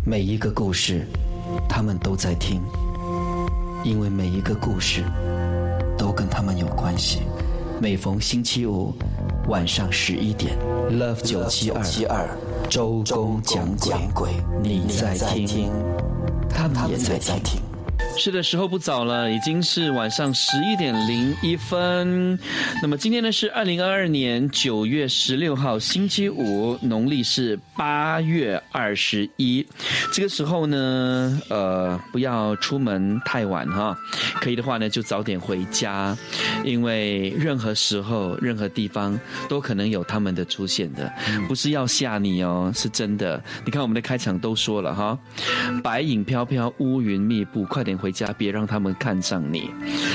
每一个故事，他们都在听，因为每一个故事都跟他们有关系。每逢星期五晚上11点 ，Love 972周公讲鬼，你在听，他们也在听。 是的，时候不早了，已经是晚上11点01分。那么今天呢是2022年9月16号星期五，农历是8月21。这个时候呢，不要出门太晚哈，可以的话呢就早点回家，因为任何时候、任何地方都可能有他们的出现的，不是要吓你哦，是真的。你看我们的开场都说了哈，白影飘飘，乌云密布，快点回家，别让他们看上你。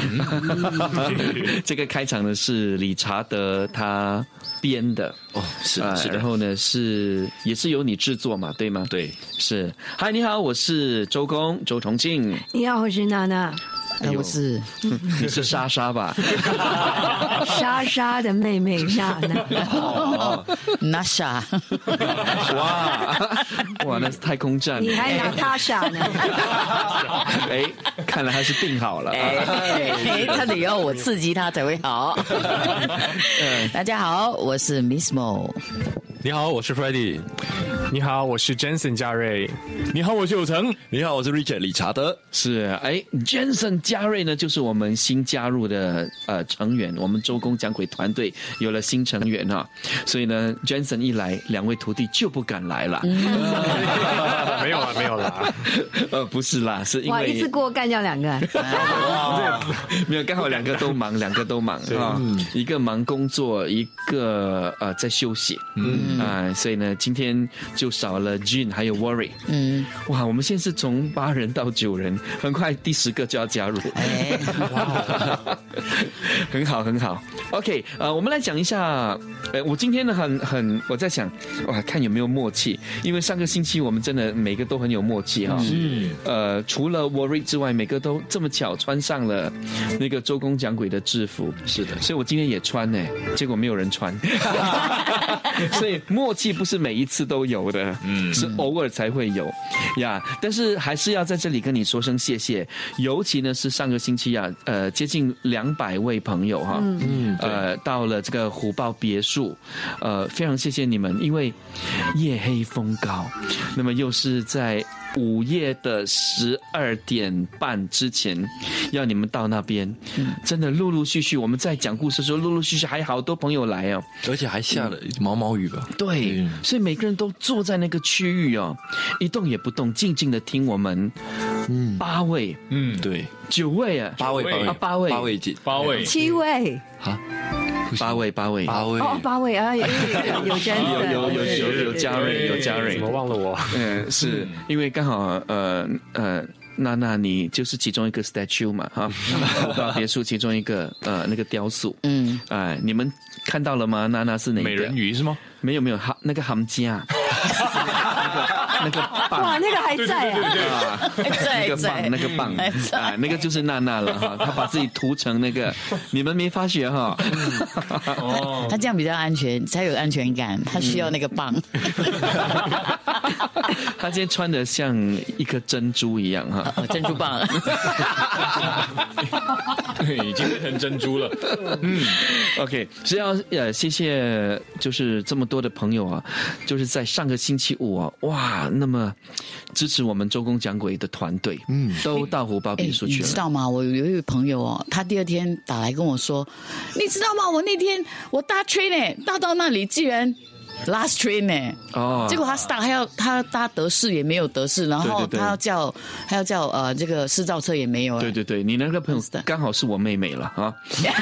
这个开场呢是理查德他编的哦，是的， 然后呢也是由你制作嘛，对吗？ 对， 是。嗨，你好，我是周公周重庆。 你好，我是娜娜。 我是你是莎莎吧？ 莎莎的妹妹娜娜。 娜莎。 哇，那是太空站。 你还拿他莎呢？ 哎，看来他是病好了。 他得要我刺激他才会好。大家好，我是 Miss Mo。 你好，我是 Freddy。你好，我是 Jensen 嘉瑞。你好，我是有成。 你好，我是 Richard 理查德。 是，Jensen 嘉瑞呢，就是我们新加入的成员，我们周公讲鬼团队有了新成员哈，所以呢 ，Jensen 一来，两位徒弟就不敢来了。 没有啦。 不是啦，是因为哇，一次过干掉两个。 没有，刚好两个都忙啊，一个忙工作，一个在休息。所以呢，今天就少了 Jean 还有 Worry。哇，我们现在是从8人到9人，很快第10个就要加入。很好。OK， 我们来讲一下，我今天呢我在想，哇，看有没有默契，因为上个星期我们真的每个都很有默契哈。除了 Worry 之外，每个都这么巧穿上了那个周公讲鬼的制服。 是的， 所以我今天也穿呢，结果没有人穿。所以默契不是每一次都有的，是偶尔才会有呀。但是还是要在这里跟你说声谢谢，尤其呢是上个星期啊，接近200位朋友哈，到了这个虎豹别墅，非常谢谢你们，因为夜黑风高，那么又是在午夜的12点半之前要你们到那边，真的陆陆续续我们在讲故事的时候，陆陆续续还好多朋友来哦， 而且还下了毛毛雨吧？ 对，所以每个人都坐在那个区域哦，一动也不动，静静的听我们8位， 对 ，9位啊 ，8位 ，8位 7位啊。 8位哦，8位啊，有嘉瑞， 怎么忘了我？ 是因为刚好娜你就是其中一个 statue 嘛哈，别墅其中一个那个雕塑，你们看到了吗？娜是哪一个？ 美人鱼是吗？ 没有，那个ham家。那个棒， 哇，那个还在啊！ 那个棒，那个就是娜娜了哈。她把自己涂成那个，你们没发觉哈？ 她这样比较安全，才有安全感。她需要那个棒。 她今天穿的像一颗珍珠一样哈， 珍珠棒。 已经变成珍珠了。 OK， 是要谢谢，就是这么多的朋友啊，就是在上个星期五啊，哇，那么支持我们周公讲鬼的团队，都到虎豹别墅去了。 你知道吗？我有一位朋友哦，他第2天打来跟我说，你知道吗？我那天我搭 train 搭到那里，竟然last train 呢，结果他搭德士也没有德士，然后他要叫这个施造车也没有。 对，你那个朋友刚好是我妹妹了啊。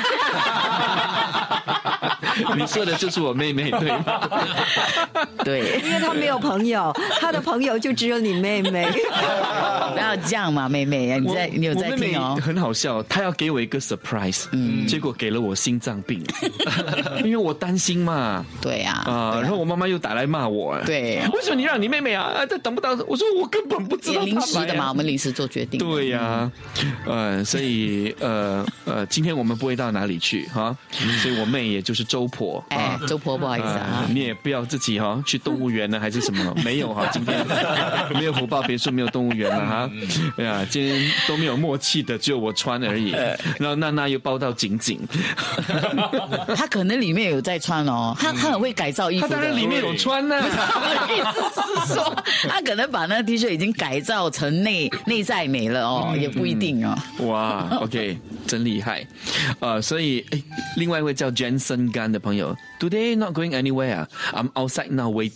你说的就是我妹妹，对吗？ 对， 因为他没有朋友，他的朋友就只有你妹妹。 不要这样嘛，妹妹，你有在听哦？ 我妹妹很好笑，她要给我一个 surprise，结果给了我心脏病，因为我担心嘛。 对呀， 然后我妈妈又打来骂我， 对， 为什么你让你妹妹啊？她等不到，我说我根本不知道， 临时的嘛，我们临时做决定。 对呀，所以今天我们不会到哪里去哈，所以我妹也就是周周婆， 周婆不好意思啊， 你也不要自己去动物园呢，还是什么？没有今天没有福报别墅，没有动物园了哈。哎呀，今天都没有默契的，只有我穿而已。然后娜娜又包到紧紧， 他可能里面有在穿哦，他很会改造衣服的， 他当然里面有穿呢。 意思是说，他可能把那个 T 恤已经改造成内在美了哦，也不一定哦。 哇 ，OK， 真厉害。所以另外一位叫 Jensen Gan 的朋友 ，Today not going anywhere. I'm outside now waiting 。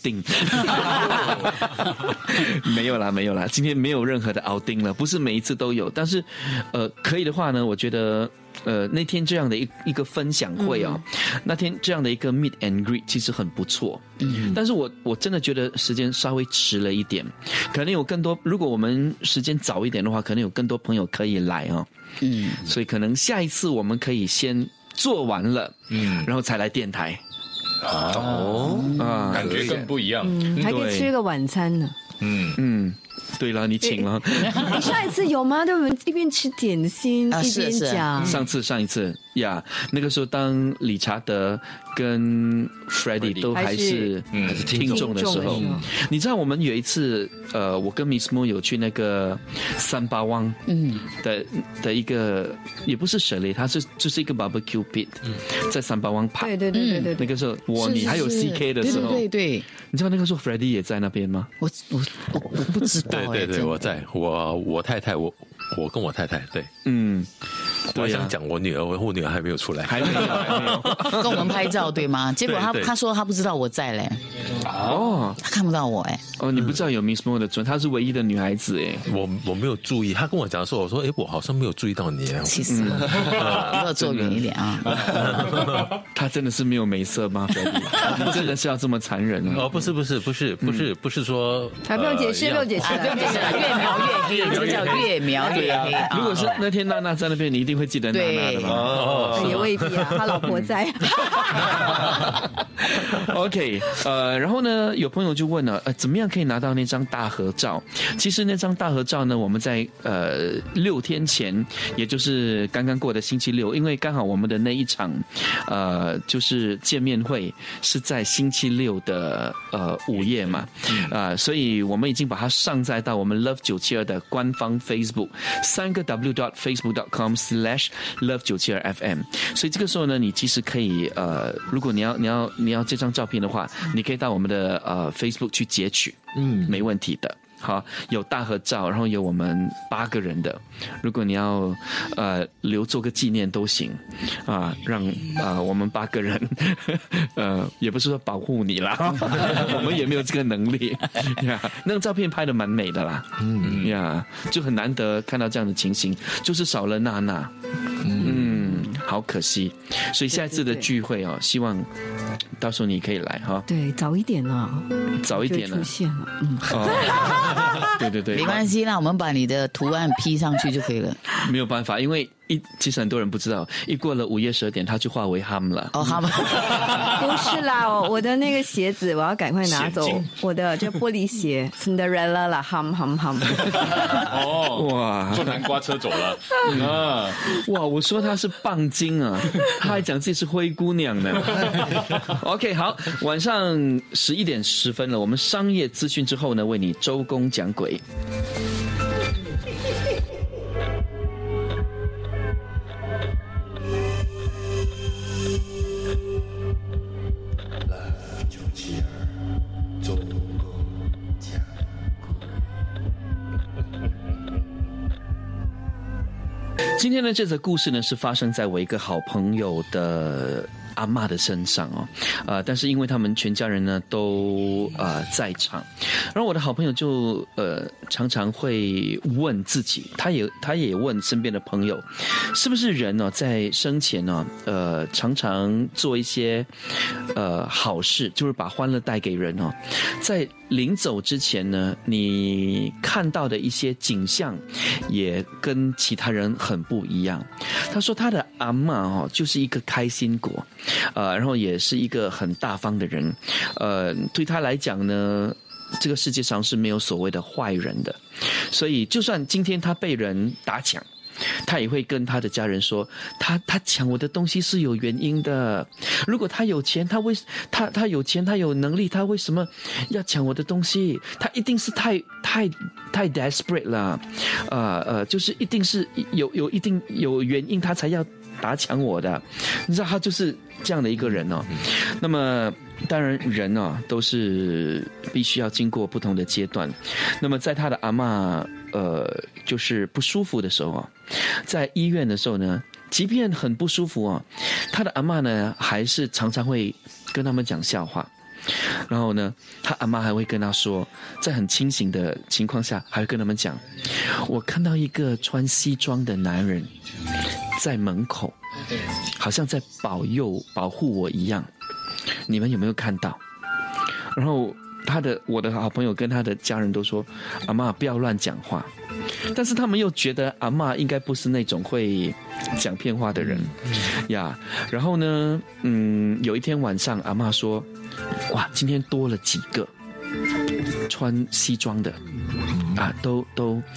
没有啦，今天没有任何的 outing 了，不是每一次都有，但是可以的话呢，我觉得。那天这样的一个分享会那天这样的一个 meet and greet 其实很不错，但是我真的觉得时间稍微迟了一点，可能有更多，如果我们时间早一点的话，可能有更多朋友可以来所以可能下一次我们可以先做完了，然后才来电台， 感觉更不一样， 还可以吃个晚餐呢。 对了，你请了。 你上一次有吗？对，我们一边吃点心一边讲。 上一次呀，那个时候当理查德跟 Freddie 都还是听众的时候，你知道我们有一次我跟 Miss Mo 有去那个三巴湾的一个，也不是蛇类，它就是一个 barbecue pit，在三巴湾拍。 对， 那个时候你还有 CK 的时候， 对， 你知道那个时候 Freddie 也在那边吗？ 我不知道。 对，我在我太太我跟我太太对，我还想讲我女儿，我女儿还没有出来， 还没有跟我们拍照对吗？结果他说他不知道我在嘞，他看不到我你不知道有 Miss Mo 的她是唯一的女孩子我没有注意，她跟我讲的时候，我说我好像没有注意到你其实你要坐远一点啊。 她真的是没有美色吗？你真的是要这么残忍不是说还不用解释，不用解释， 越描越黑，这叫越描越黑。 如果是那天娜娜在那边，你一定会记得娜娜的吧？ 也未必啊，他老婆在。 OK， 然后呢，有朋友就问了，怎么样可以拿到那张大合照？其实那张大合照呢，我们在6天前，也就是刚刚过的星期六，因为刚好我们的那一场就是见面会是在星期六的午夜嘛，所以我们已经把它上载到我们 Love 972的官方 Facebook，3个w.facebook.com/love972fm。所以这个时候呢，你其实可以如果你要这张照片的话，你可以到我们的Facebook 去截取，没问题的。好，有大合照，然后有我们8个人的，如果你要留做个纪念都行让我们8个人也不是说保护你啦，我们也没有这个能力那张照片拍得蛮美的啦，就很难得看到这样的情形，就是少了娜娜，好可惜，所以下一次的聚会希望到时候你可以来哈。 对，早一点了， 早一点了， 出现了， 对， 没关系，那我们把你的图案 P 上去就可以了。 没有办法，因为其实很多人不知道，一过了午夜12点，它就化为哈姆了。 哈姆， 不是啦，我的那个鞋子我要赶快拿走，我的这玻璃鞋 Cinderella 啦，哈姆。 哇， 坐南瓜车走了。 哇，我说她是棒精啊，她还讲自己是灰姑娘呢。OK， 好，晚上11点10分了，我们商业资讯之后呢，为你周公讲鬼。今天的这则故事呢，是发生在我一个好朋友的阿嬷的身上但是因为他们全家人呢都在场，然后我的好朋友就常常会问自己，他也问身边的朋友，是不是人在生前常常做一些好事，就是把欢乐带给人在临走之前呢，你看到的一些景象也跟其他人很不一样。他说他的阿嬷就是一个开心果，然后也是一个很大方的人，对他来讲呢，这个世界上是没有所谓的坏人的，所以就算今天他被人打抢， 他也会跟他的家人说，他抢我的东西是有原因的。如果他有钱，他有钱，他有能力，他为什么要抢我的东西？他一定是太 desperate 了，就是一定是一定有原因，他才要打抢我的。你知道，他就是这样的一个人哦。那么当然人哦都是必须要经过不同的阶段。那么在他的阿嬷就是不舒服的时候啊，在医院的时候呢，即便很不舒服啊，他的阿嬷呢还是常常会跟他们讲笑话。然后呢，他阿嬷还会跟他说，在很清醒的情况下，还会跟他们讲，我看到一个穿西装的男人在门口，好像在保护我一样，你们有没有看到？然后我的好朋友跟他的家人都说，阿嬷不要乱讲话，但是他们又觉得阿嬷应该不是那种会讲骗话的人呀。然后呢，有一天晚上，阿嬷说，哇，今天多了几个穿西装的啊，都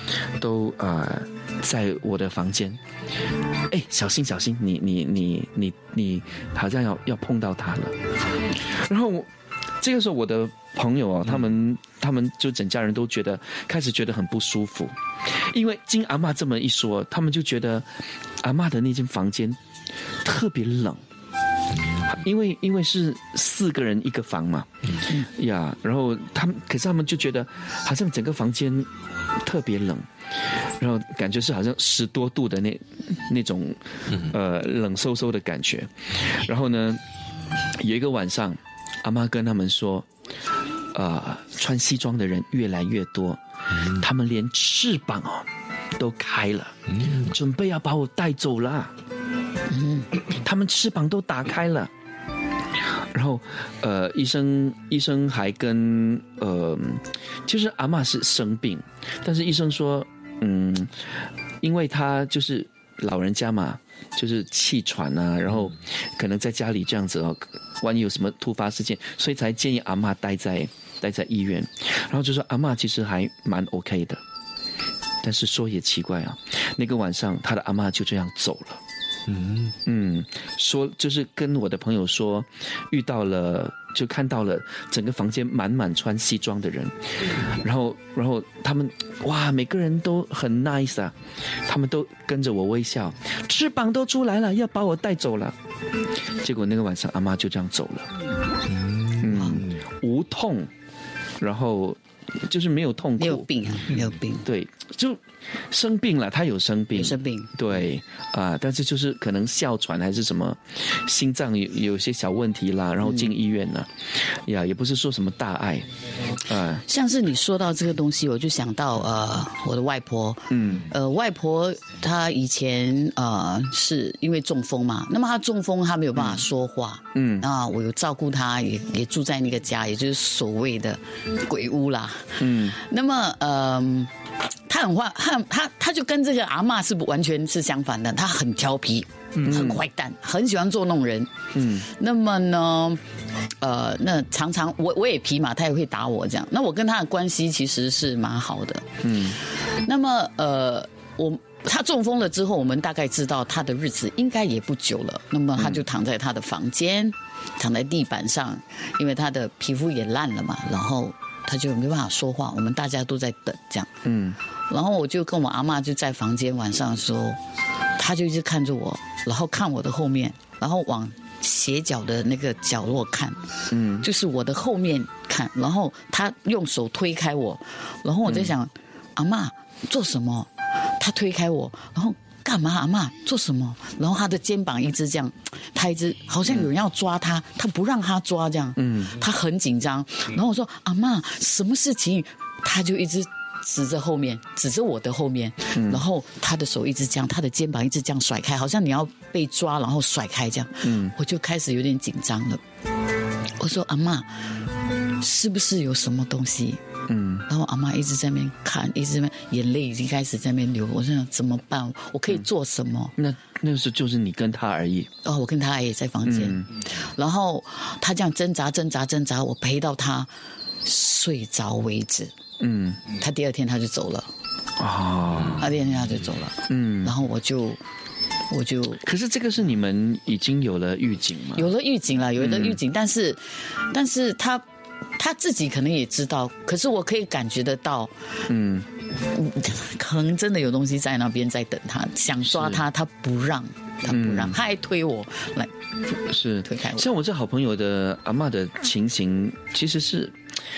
在我的房间。哎，小心，你好像要碰到他了。然后这个时候，我的朋友啊，他们就整家人都开始觉得很不舒服，因为经阿嬷这么一说，他们就觉得阿嬷的那间房间特别冷，因为是4个人一个房嘛，呀，然后可是他们就觉得好像整个房间特别冷，然后感觉是好像10多度的那种冷飕飕的感觉。然后呢，有一个晚上，阿嬷跟他们说，穿西装的人越来越多，他们连翅膀都开了，准备要把我带走了。他们翅膀都打开了。然后医生还跟其实阿嬷是生病，但是医生说因为他就是老人家嘛，就是气喘啊，然后可能在家里这样子万一有什么突发事件，所以才建议阿嬷待在医院。然后就说阿嬷其实还蛮 OK 的，但是说也奇怪啊，那个晚上他的阿嬷就这样走了。说就是跟我的朋友说，遇到了，就看到了整个房间满穿西装的人，然后他们哇，每个人都很 nice 啊，他们都跟着我微笑，翅膀都出来了，要把我带走了。结果那个晚上阿嬷就这样走了，无痛，然后就是没有痛苦， 没有病， 对，就生病了，他有生病，对但是就是可能哮喘还是什么，心脏有些小问题啦，然后进医院了，也不是说什么大碍， 像是你说到这个东西，我就想到我的外婆，外婆她以前是因为中风嘛，那么她中风她没有办法说话，我有照顾她，也住在那个家，也就是所谓的鬼屋啦，那么他很坏，他就跟这个阿嬷是完全是相反的，他很调皮，很坏蛋，很喜欢捉弄人。那么呢，那常常我也皮嘛，他也会打我这样。那我跟他的关系其实是蛮好的。那么他中风了之后，我们大概知道他的日子应该也不久了。那么他就躺在他的房间，躺在地板上，因为他的皮肤也烂了嘛，然后他就没办法说话，我们大家都在等这样。然后我就跟我阿嬷就在房间晚上的时候，他就一直看着我，然后看我的后面，然后往斜角的那个角落看，就是我的后面看，然后他用手推开我，然后我在想，阿嬷做什么？他推开我，然后干嘛？阿嬷做什么？然后他的肩膀一直这样，他一直好像有人要抓他，他不让他抓这样，他很紧张。然后我说阿嬷什么事情？他就一直指着我的后面，然后他的手一直这样，他的肩膀一直这样甩开，好像你要被抓，然后甩开这样。我就开始有点紧张了。我说阿嬷，是不是有什么东西？然后阿嬷一直在那边看，一直在那边，眼泪已经开始在那边流。我想怎么办？我可以做什么？ 那时候就是你跟他而已。 我跟他也在房间，然后他这样挣扎，我陪到他睡着为止。他第二天他就走了。 他第二天他就走了。然后我就。 可是这个是你们已经有了预警吗？ 有了预警了，有了预警，但是他自己可能也知道，可是我可以感觉得到，可能真的有东西在那边在等他，想抓他，他不让，他还推我来， 是推开我。 像我这好朋友的阿嬷的情形，其实是，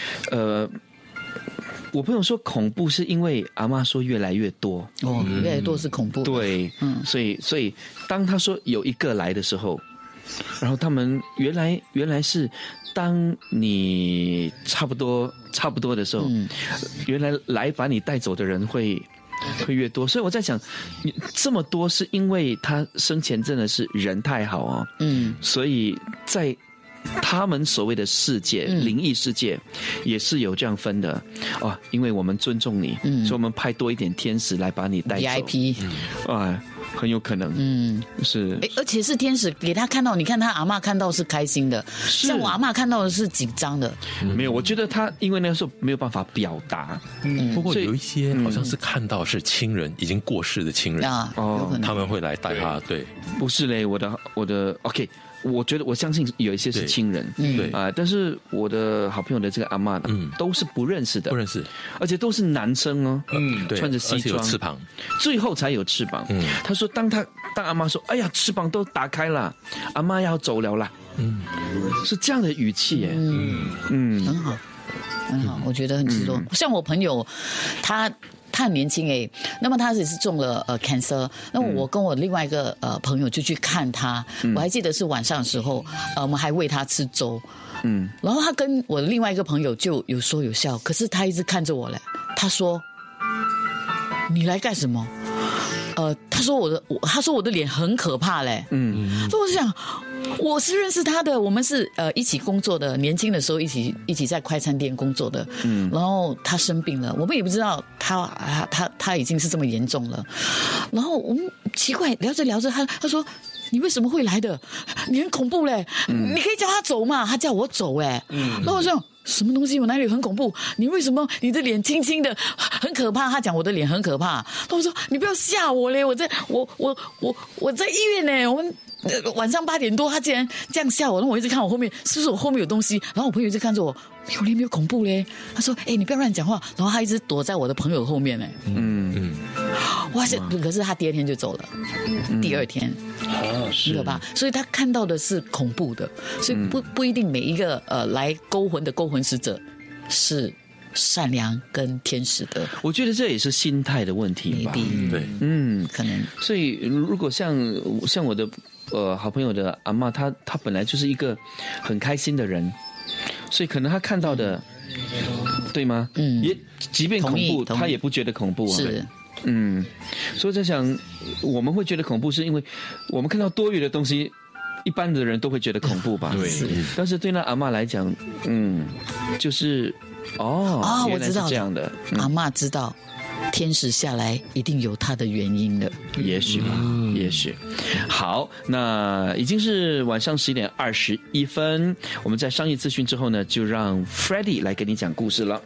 我朋友说恐怖是因为阿嬷说越来越多， 越来越多是恐怖的， 对，所以当他说有一个来的时候，然后他们原来是当你差不多的时候，原来来把你带走的人会越多，所以我在想，这么多是因为他生前真的是人太好哦，所以在他们所谓的世界，灵异世界也是有这样分的哦，因为我们尊重你，所以我们派多一点天使来把你带走 VIP， 很有可能，是， 而且是天使给他看到，你看他阿嬷看到是开心的，像我阿嬷看到的是紧张的。 没有，我觉得他因为那个时候没有办法表达， 不过有一些好像是看到是亲人已经过世的亲人他们会来带他，对， 不是嘞，我的 OK。我觉得我相信有一些是亲人，对但是我的好朋友的这个阿嬷都是不认识的，而且都是男生哦，穿着西装， 有翅膀， 最后才有翅膀。他说当阿嬷说，哎呀，翅膀都打开了，阿嬷要走了啦，是这样的语气耶， 很好，很好，我觉得很值得。像我朋友，他很年轻那么他也是中了cancer， 那么我跟我另外一个朋友就去看他，我还记得是晚上的时候，我们还喂他吃粥，然后他跟我另外一个朋友就有说有笑，可是他一直看着我嘞，他说你来干什么？他说我的脸很可怕嘞，所以我就想。我是认识他的，我们是一起工作的，年轻的时候一起在快餐店工作的，然后他生病了，我们也不知道他已经是这么严重了，然后我们奇怪聊着聊着，他说你为什么会来的？你很恐怖嘞，你可以叫他走嘛，他叫我走然后我说什么东西？我哪里很恐怖？你为什么你的脸青青的，很可怕？他讲我的脸很可怕，我说你不要吓我嘞，我在医院呢，我们。晚上8点多，他竟然这样吓我，然后我一直看我后面，是不是我后面有东西？然后我朋友一直看着我，没有恐怖嘞。他说：“你不要乱讲话。”然后他一直躲在我的朋友后面嘞。哇塞！可是他第二天就走了，第二天，是可怕。所以他看到的是恐怖的，所以不一定每一个来勾魂的勾魂使者是善良跟天使的。 我觉得这也是心态的问题吧。 对， 可能。 所以如果像我的。好朋友的阿嬷，她本来就是一个很开心的人，所以可能她看到的，对吗？也即便恐怖，她也不觉得恐怖啊。 是， 所以在想，我们会觉得恐怖，是因为我们看到多余的东西，一般的人都会觉得恐怖吧？ 对。 但是对那阿嬷来讲，就是我知道这样的， 阿嬷知道。天使下来一定有他的原因的， 也许吧，也许。好，那已经是晚上11点21分，我们在商业资讯之后呢，就让 Freddie 来给你讲故事了。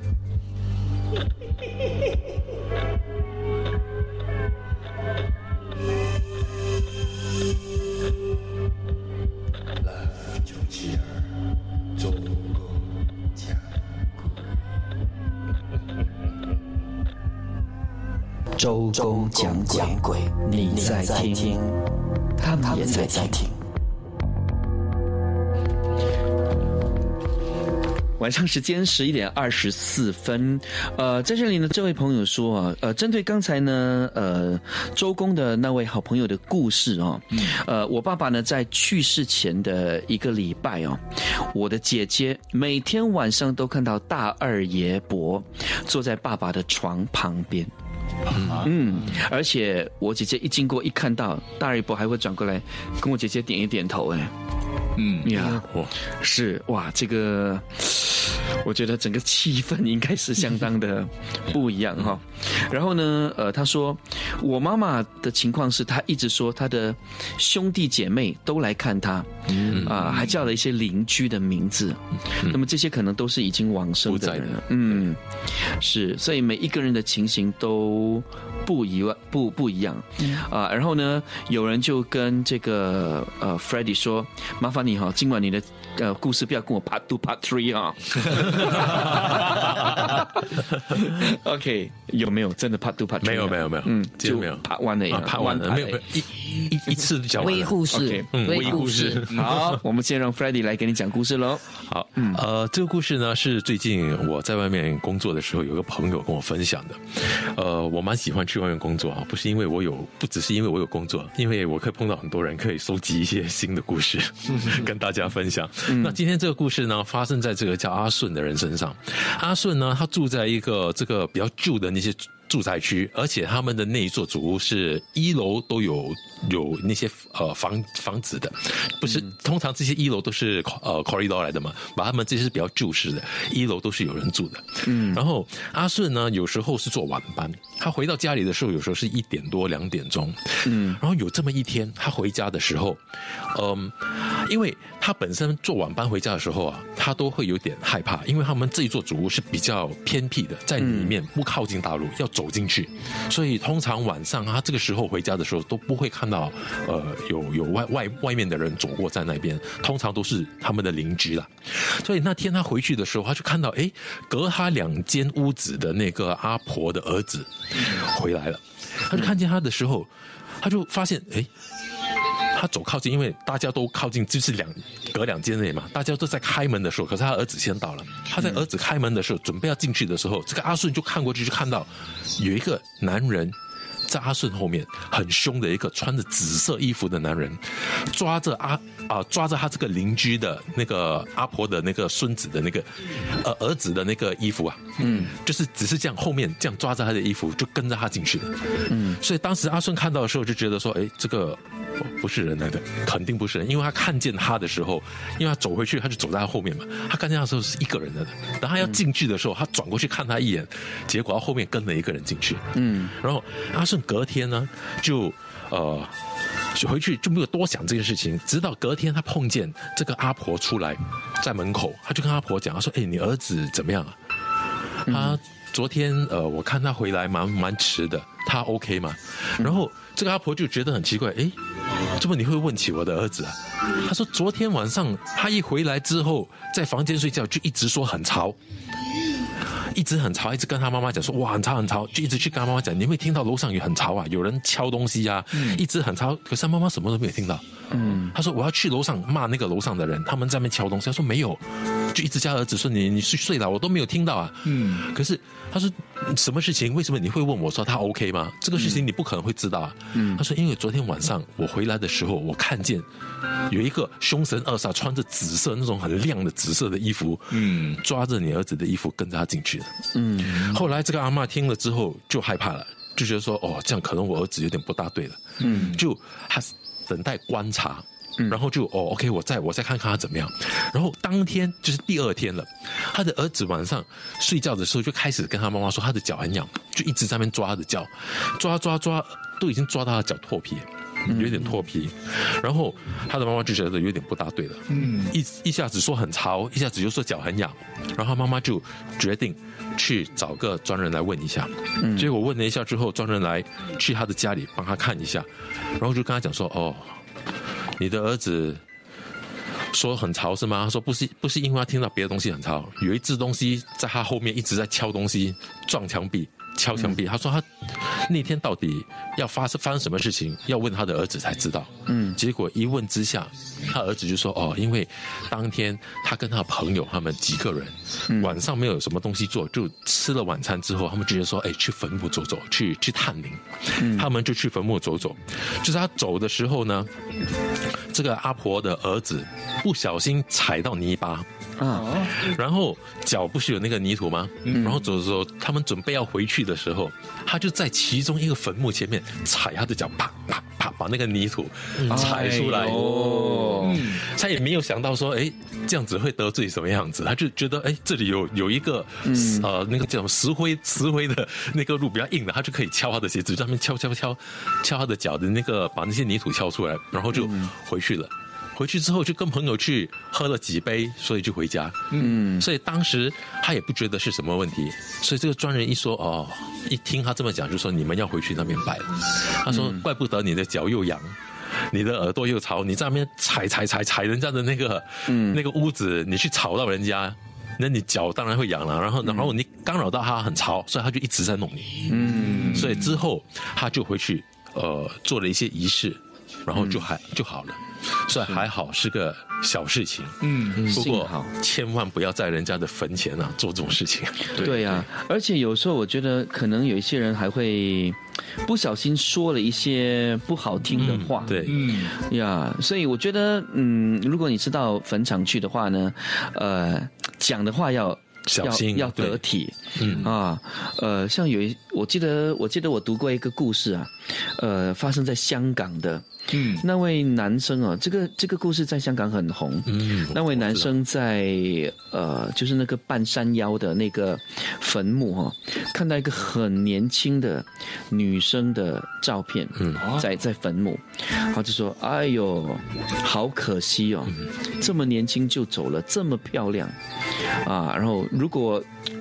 周公讲鬼，你在听，他们也在听。晚上时间11点24分，在这里呢，这位朋友说针对刚才呢，周公的那位好朋友的故事我爸爸呢在去世前的1个礼拜我的姐姐每天晚上都看到大二爷伯坐在爸爸的床旁边。而且我姐姐一经过一看到大二爷伯还会转过来跟我姐姐点一点头是哇，这个我觉得整个气氛应该是相当的不一样哈。然后呢，他说我妈妈的情况是，她一直说她的兄弟姐妹都来看她，还叫了一些邻居的名字，那么这些可能都是已经往生的人了，是，所以每一个人的情形都不一样，然后呢，有人就跟这个Freddie 说，麻烦你哈，今晚你的故事不要跟我 Part 2 Part 3啊。OK， 有没有真的 Part 2 Part 3？ 没有， 就 Part 1的 Part 1的没有一次就讲完了。 微故事， 微故事。 好，我们先让 Freddie 来给你讲故事喽。 好，这个故事呢是最近我在外面工作的时候，有个朋友跟我分享的。我蛮喜欢去外面工作啊，不只是因为我有工作，因为我可以碰到很多人，可以收集一些新的故事跟大家分享。那今天这个故事呢，发生在这个叫阿顺的人身上。阿顺呢，他住在一个这个比较旧的那些住宅区，而且他们的那一座主屋是1楼都有那些房子的，不是通常这些1楼都是corridor 来的嘛，把他们这些是比较旧式的，1楼都是有人住的。然后阿顺呢，有时候是做晚班，他回到家里的时候，有时候是1点多2点钟。然后有这么一天，他回家的时候，因为他本身做晚班回家的时候啊，他都会有点害怕，因为他们这一座主屋是比较偏僻的，在里面不靠近大路，要走进去，所以通常晚上他这个时候回家的时候都不会看到有外面的人走过在那边，通常都是他们的邻居啦。所以那天他回去的时候，他就看到隔他2间屋子的那个阿婆的儿子回来了，他就看见他的时候，他就发现他走靠近，因为大家都靠近，就是隔2间内嘛，大家都在开门的时候，可是他儿子先到了。他在儿子开门的时候，准备要进去的时候，这个阿顺就看过去，就看到有一个男人在阿顺后面，很凶的一个穿着紫色衣服的男人，抓着他这个邻居的那个阿婆的那个孙子的那个儿子的那个衣服啊，就是只是这样后面这样抓着他的衣服，就跟着他进去了。所以当时阿顺看到的时候就觉得说，这个不是人来的，肯定不是人，因为他看见他的时候，因为他走回去，他就走在他后面嘛，他看见他的时候是一个人的，然后他要进去的时候，他转过去看他一眼，结果他后面跟了一个人进去。然后阿顺隔天呢就回去就没有多想这件事情，直到隔天他碰见这个阿婆出来在门口，他就跟阿婆讲，他说你儿子怎么样啊？他昨天我看他回来蛮迟的，他 OK 吗？然后这个阿婆就觉得很奇怪，怎么你会问起我的儿子啊？他说昨天晚上他一回来之后，在房间睡觉就一直说很吵，一直很吵，一直跟他妈妈讲说哇很吵很吵，就一直去跟他妈妈讲，你会听到楼上有很吵啊，有人敲东西啊，一直很吵，可是他妈妈什么都没有听到。他说我要去楼上骂那个楼上的人，他们在那边敲东西，他说没有，就一直叫儿子说你睡了，我都没有听到啊。可是他说什么事情？为什么你会问我说他 OK 吗？这个事情你不可能会知道啊。他说因为昨天晚上我回来的时候，我看见有一个凶神恶煞，穿着紫色那种很亮的紫色的衣服，抓着你儿子的衣服跟着他进去了。后来这个阿嬷听了之后就害怕了，就觉得说这样可能我儿子有点不大对了。就他等待观察。然后就OK， 我再看看他怎么样。然后当天就是第2天了，他的儿子晚上睡觉的时候就开始跟他妈妈说他的脚很痒，就一直在那边抓他的脚，抓，都已经抓到他的脚脱皮，有点脱皮。然后他的妈妈就觉得有点不大对了，一下子说很潮，一下子又说脚很痒，然后他妈妈就决定去找个专人来问一下。结果问了一下之后，专人来去他的家里帮他看一下，然后就跟他讲说你的儿子说很吵是吗？他说不是因为他听到别的东西很吵，有一只东西在他后面一直在敲东西，撞墙壁敲墙壁。他说他那天到底要发生什么事情，要问他的儿子才知道。结果一问之下，他儿子就说因为当天他跟他朋友他们几个人晚上没有什么东西做，就吃了晚餐之后，他们觉得说去坟墓走走，去探灵。他们就去坟墓走走，就是他走的时候呢，这个阿婆的儿子不小心踩到泥巴， 然后脚不是有那个泥土吗？然后走的时候，他们准备要回去的时候，他就在其中一个坟墓前面踩他的脚，啪啪啪，把那个泥土踩出来。他也没有想到说，这样子会得罪什么样子，他就觉得，这里有一个那个叫石灰的那个路比较硬的，他就可以敲他的鞋子，在那边敲他的脚的那个，把那些泥土敲出来，然后就回去了。回去之后就跟朋友去喝了几杯，所以就回家。所以当时他也不觉得是什么问题。所以这个专人一说，一听他这么讲，就说你们要回去那边拜了。他说怪不得你的脚又痒，你的耳朵又吵，你在那边踩人家的那个屋子，你去吵到人家，那你脚当然会痒了。然后你干扰到他很吵，所以他就一直在弄你。所以之后他就回去做了一些仪式，然后就好了。所以还好是个小事情，不过千万不要在人家的坟前做这种事情。 对啊，而且有时候我觉得可能有一些人还会不小心说了一些不好听的话， 对， 所以我觉得如果你是到坟场去的话呢，讲的话要小心， 要得体。像我记得我读过一个故事啊，发生在香港的。那位男生这个故事在香港很红。那位男生在就是那个半山腰的那个坟墓看到一个很年轻的女生的照片，在坟墓，他就说：“哎呦，好可惜哦，这么年轻就走了，这么漂亮啊！然后如果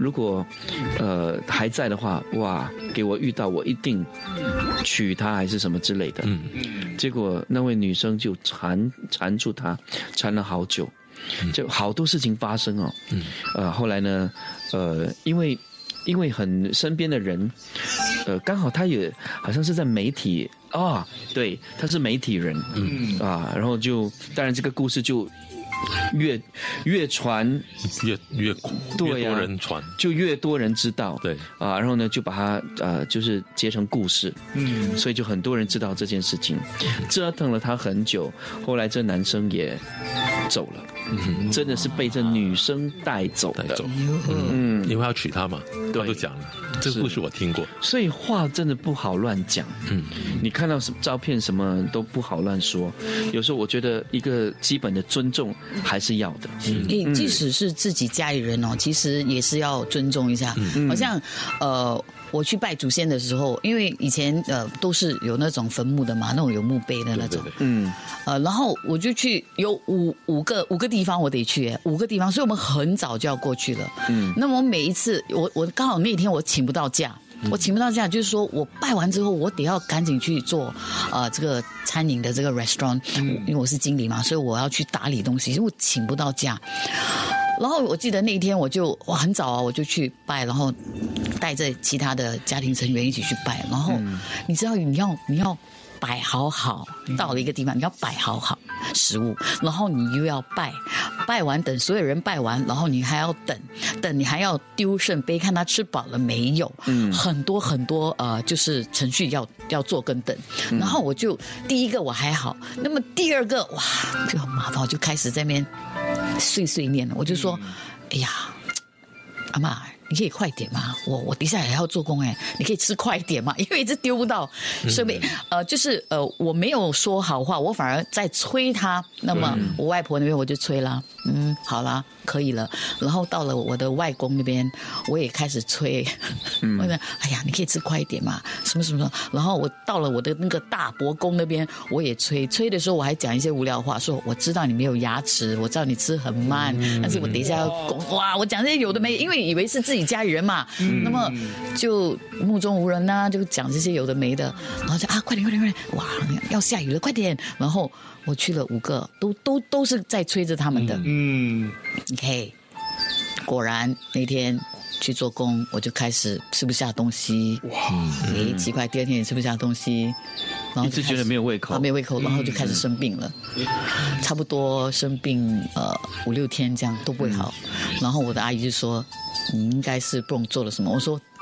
还在的话，哇，给我遇到，我一定娶她还是什么之类的。”结果那位女生就缠住他，缠了好久，就好多事情发生后来呢，因为身边的人，刚好他也好像是在媒体对，他是媒体人，然后就当然这个故事就越传越多人传， 就越多人知道， 对然后呢就把它就是结成故事，所以就很多人知道这件事情，折腾了他很久，后来这男生也走了，真的是被这女生带走的， 因为要娶她嘛，他都讲了，这个故事我听过， 所以话真的不好乱讲，你看到什么照片什么都不好乱说，有时候我觉得一个基本的尊重还是要的。 即使是自己家里人其实也是要尊重一下。好像我去拜祖先的时候，因为以前都是有那种坟墓的嘛，那种有墓碑的那种，然后我就去有五个地方我得去，5个地方，所以我们很早就要过去了。那么每一次我刚好那天我请不到假。就是说我拜完之后，我得要赶紧去做这个餐饮的这个 restaurant，因为我是经理嘛，所以我要去打理东西，因为我请不到假。然后我记得那一天我就很早我就去拜，然后带着其他的家庭成员一起去拜。然后你知道你要摆好，到了一个地方你要摆好食物，然后你又要拜完，等所有人拜完，然后你还要等，你还要丢圣杯看他吃饱了没有，很多就是程序要做跟等。然后我就第一个我还好，那么第二个哇就很麻烦，我就开始在那边碎念了，我就说哎呀阿嬷，你可以快点吗？我等一下也要做工你可以吃快点吗？因为一直丢不到设备，就是我没有说好话，我反而在催他。那么我外婆那边我就催啦，好啦，可以了。然后到了我的外公那边，我也开始催，我说哎呀，你可以吃快一点嘛，什么。然后我到了我的那个大伯公那边，我也催的时候，我还讲一些无聊话，说我知道你没有牙齿，我知道你吃很慢，但是我等一下要哇，我讲这些有的没，因为以为是自己家里人嘛，那么就目中无人就讲这些有的没的，然后就快点，哇，要下雨了，快点。然后我去了5个，都是在催着他们的。OK， 果然那天去做工，我就开始吃不下东西。奇怪，第2天也吃不下东西，然后一直觉得没有胃口， 然后就开始生病了，差不多生病5-6天这样都不会好。然后我的阿姨就说：“你应该是不懂做了什么。”我说：“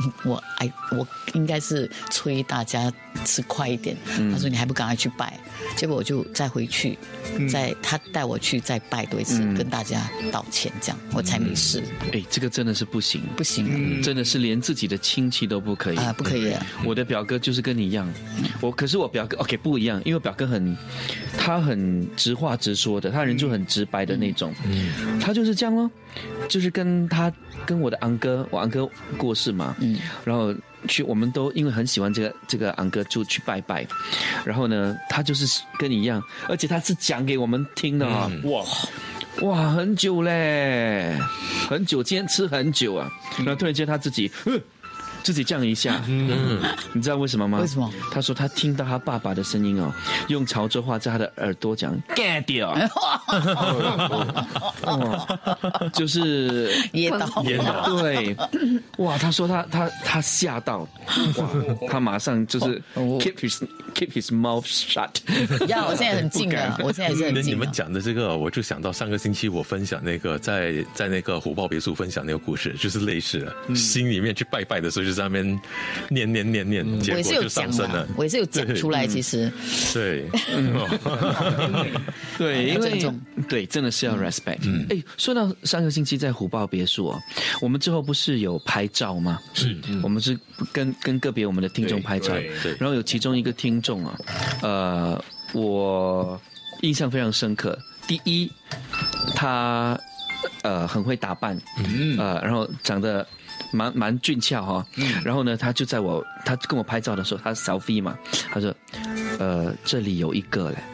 我应该是催大家吃快一点。他说你还不赶快去拜，结果我就再回去，他带我去再拜多一次，跟大家道歉，这样我才没事。 这个真的是不行， 不行， 真的是连自己的亲戚都不可以不可以。 我的表哥就是跟你一样，可是我表哥 OK 不一样，因为我表哥他很直话直说的，他人就很直白的那种，他就是这样咯，就是跟我的昂哥，我昂哥过世嘛，然后我们都因为很喜欢这个昂哥，就去拜拜，然后呢，他就是跟你一样，而且他是讲给我们听的啊，哇，很久嘞，很久，今天吃很久啊，然后突然间他自己这样一下，你知道为什么吗？ 为什么？ 他说他听到他爸爸的声音哦，用潮州话在他的耳朵讲 ，get 掉，就是噎到， 对，哇，他说他吓到，哇，他马上就是 keep his mouth shut。 我现在很近了，我现在是很近。 你们讲的这个，我就想到上个星期我分享那个在那个虎豹别墅分享那个故事，就是类似的，心里面去拜拜的时候就在那边念，结果就上身了。 我也是有讲出来，其实对， 对，因为对，真的是要 respect。说到上个星期在虎豹别墅哦，我们之后不是有拍照吗？是，我们是跟个别我们的听众拍照，然后有其中一个听众啊，我印象非常深刻。第一，他很会打扮，然后长得蛮俊俏哈，然后呢，他跟我拍照的时候，他 selfie 嘛，他说，这里有一个嘞，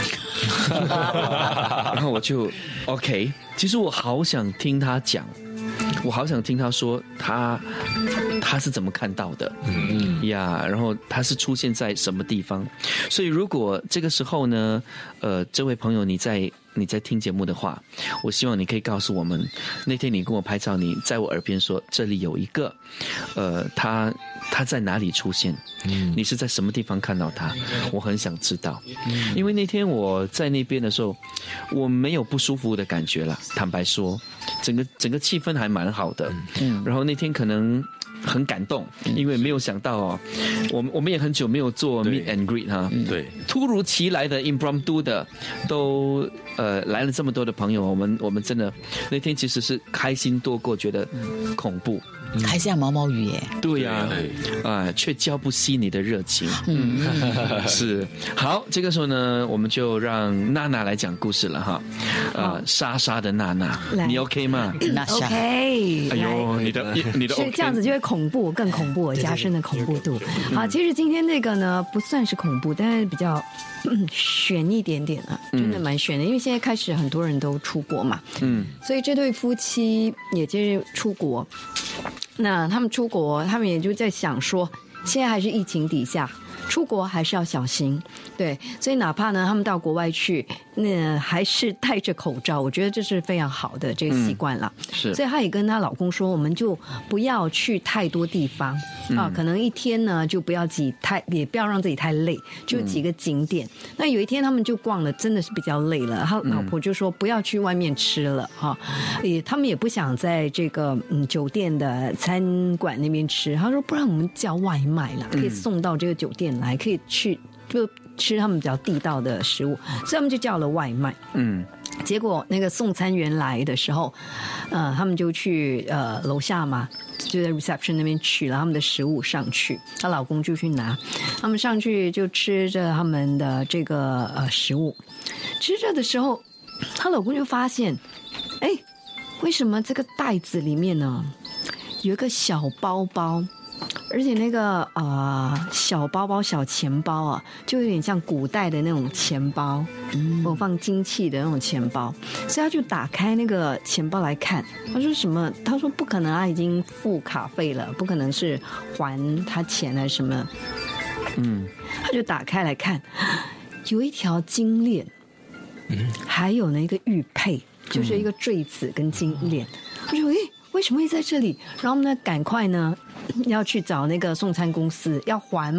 然后我就 OK， 其实我好想听他讲，我好想听他说他是怎么看到的，然后他是出现在什么地方，所以如果这个时候呢，这位朋友你在听节目的话，我希望你可以告诉我们，那天你跟我拍照，你在我耳边说这里有一个，他在哪里出现？你是在什么地方看到他？我很想知道，因为那天我在那边的时候，我没有不舒服的感觉了。坦白说，整个气氛还蛮好的。然后那天可能很感动，因为没有想到哦，我们也很久没有做 meet and greet 哈， 对， 突如其来的 impromptu 的都来了这么多的朋友，我们真的那天其实是开心多过觉得恐怖。 还下毛毛雨耶， 对呀，却浇不熄你的热情。是。好，这个时候呢，我们就让娜娜来讲故事了哈。莎莎的娜娜，你 OK 吗？ OK。 哎呦，你的是这样子就会恐怖，更恐怖，加深的恐怖度。好，其实今天这个呢不算是恐怖，但是比较悬一点点啊，真的蛮悬的，因为现在开始很多人都出国嘛，所以这对夫妻也接着出国。那他们出国，他们也就在想说，现在还是疫情底下，出国还是要小心，对，所以哪怕呢他们到国外去，那还是戴着口罩，我觉得这是非常好的这个习惯了。 是， 所以她也跟她老公说，我们就不要去太多地方可能一天呢就不要也不要让自己太累，就几个景点。那有一天他们就逛了，真的是比较累了，他老婆就说不要去外面吃了他们也不想在这个酒店的餐馆那边吃，他说不然我们叫外卖啦，可以送到这个酒店来，可以去就吃他们比较地道的食物，所以他们就叫了外卖。结果那个送餐员来的时候，他们就去楼下嘛，就在 reception 那边取了他们的食物上去，她老公就去拿，他们上去就吃着他们的这个食物，吃着的时候，她老公就发现，为什么这个袋子里面呢有一个小包包？而且那个小包包、小钱包啊，就有点像古代的那种钱包，放金器的那种钱包。所以他就打开那个钱包来看，他说什么？他说不可能，他已经付卡费了，不可能是还他钱啊什么。他就打开来看，有一条金链，还有那个玉佩，就是一个坠子跟金链。我说为什么会在这里？然后呢，赶快呢要去找那个送餐公司要还嘛，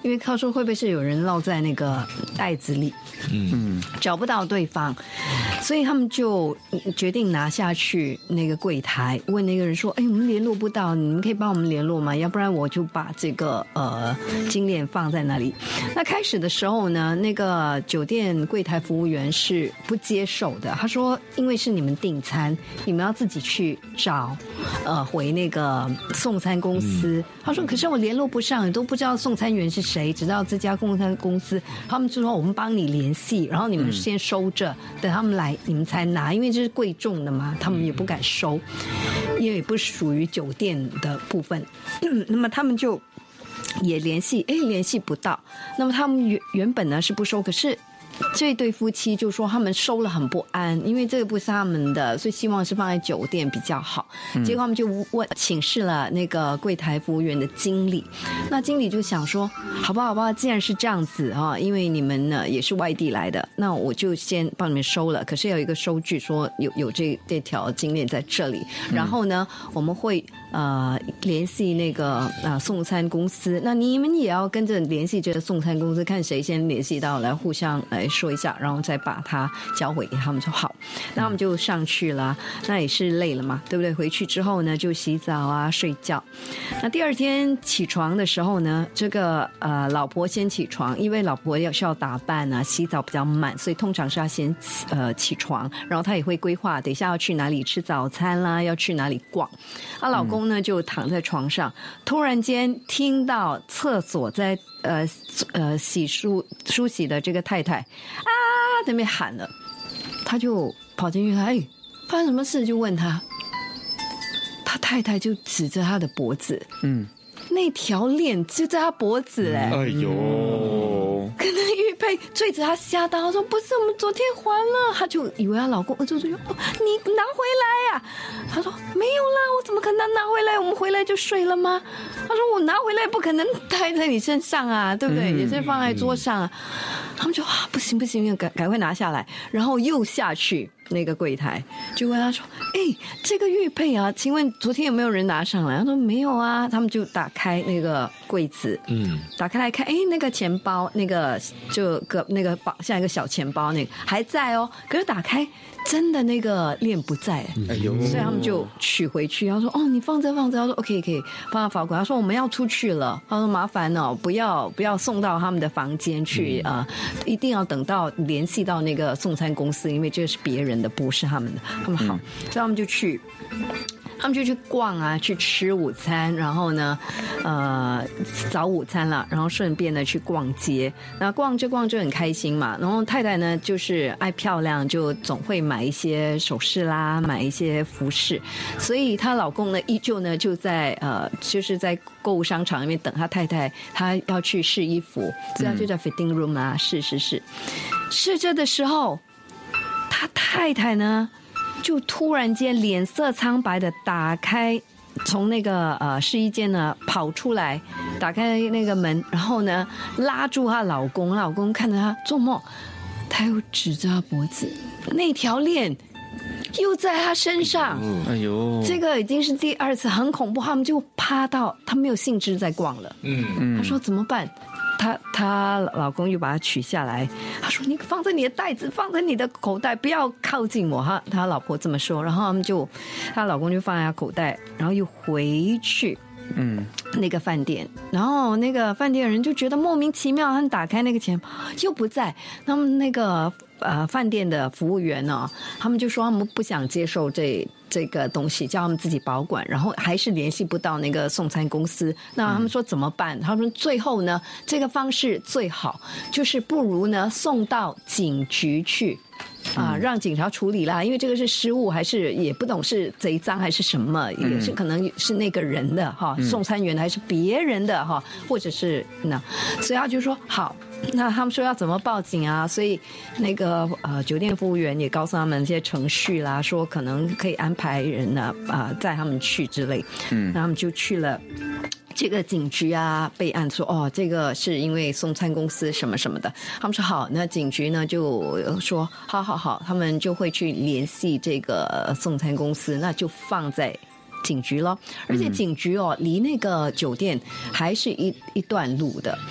因为他说会不会是有人落在那个袋子里，找不到对方，所以他们就决定拿下去那个柜台，问那个人说：“哎，我们联络不到，你们可以帮我们联络吗？要不然我就把这个金链放在那里。”那开始的时候呢，那个酒店柜台服务员是不接受的，他说：“因为是你们订餐，你们要自己去找回那个送餐公司。”他说：“可是我联络不上，都不知道送餐员是谁，只知道这家送餐公司。他们就说我们帮你联系，然后你们先收着，等他们来你们才拿，因为这是贵重的嘛，他们也不敢收，因为也不属于酒店的部分。那么他们就也联系，联系不到。那么他们原本呢是不收，可是这对夫妻就说他们收了很不安，因为这个不是他们的，所以希望是放在酒店比较好。结果他们就请示了那个柜台服务员的经理，那经理就想说，好不好，既然是这样子啊，因为你们呢也是外地来的，那我就先帮你们收了。可是有一个收据说有这条金链在这里，然后呢我们会联系那个送餐公司，那你们也要跟着联系这个送餐公司，看谁先联系到，来互相来说一下，然后再把它交回给他们就好。那他们就上去了，那也是累了嘛，对不对？回去之后呢，就洗澡啊，睡觉。那第二天起床的时候呢，这个老婆先起床，因为老婆需要打扮啊，洗澡比较慢，所以通常是要先起床，然后她也会规划等一下要去哪里吃早餐啦，要去哪里逛。她老公呢就躺在床上，突然间听到厕所在梳洗的这个太太在那边喊了，他就跑进去看，发生什么事？就问他，他太太就指着他的脖子，那条链就在他脖子， 哎呦， 可能玉佩坠着他，吓到，他说不是，我们昨天还了，他就以为他老公就说你拿回来呀，他说没有啦，我怎么可能拿回来？我们回来就睡了吗？他说我拿回来不可能带在你身上啊，对不对？也是放在桌上啊。他们就不行，赶快拿下来，然后又下去那个柜台，就问他说：“这个玉佩啊，请问昨天有没有人拿上来？”他说：“没有啊。”他们就打开那个柜子，打开来看，那个钱包，那个那个包像一个小钱包，那个还在哦。可是打开，真的那个链不在，所以他们就取回去。他说：“哦，你放着。”他说 ：“OK， 可以放到保管。”他说：“我们要出去了。”他说：“麻烦哦，不要送到他们的房间去一定要等到联系到那个送餐公司，因为这是别人的，不是他们的。”他们好，所以他们就去逛啊，去吃午餐，然后呢，早午餐了，然后顺便呢去逛街。那逛着很开心嘛。然后太太呢就是爱漂亮，就总会买一些首饰啦，买一些服饰。所以她老公呢依旧呢就在就是在购物商场里面等她太太，她要去试衣服，这样就叫 fitting room 啊，试着的时候，她太太呢就突然间脸色苍白的打开，从那个试衣间呢跑出来，打开那个门，然后呢拉住她老公，老公看着她做梦，他又指着她脖子，那条链又在她身上。 哎呦， 这个已经是第二次，很恐怖。他们就趴到，他没有兴致再逛了。他说怎么办？她老公又把它取下来，他说你放在你的袋子，放在你的口袋，不要靠近我。他老婆这么说，然后她老公就放在她口袋，然后又回去那个饭店，然后那个饭店人就觉得莫名其妙，他们打开那个钱包又不在，他们那个饭店的服务员呢，他们就说他们不想接受这个东西，叫他们自己保管，然后还是联系不到那个送餐公司。那他们说怎么办？他们最后呢，这个方式最好就是不如呢送到警局去。让警察处理啦，因为这个是失误，还是也不懂是贼赃还是什么，也是可能是那个人的送餐员还是别人的或者是所以他就说好，那他们说要怎么报警啊？所以那个酒店服务员也告诉他们一些程序啦，说可能可以安排人呢载他们去之类，那他们就去了这个警局啊，备案说这个是因为送餐公司什么什么的。他们说好，那警局呢就说好，他们就会去联系这个送餐公司，那就放在警局咯。而且警局离那个酒店还是一段路的。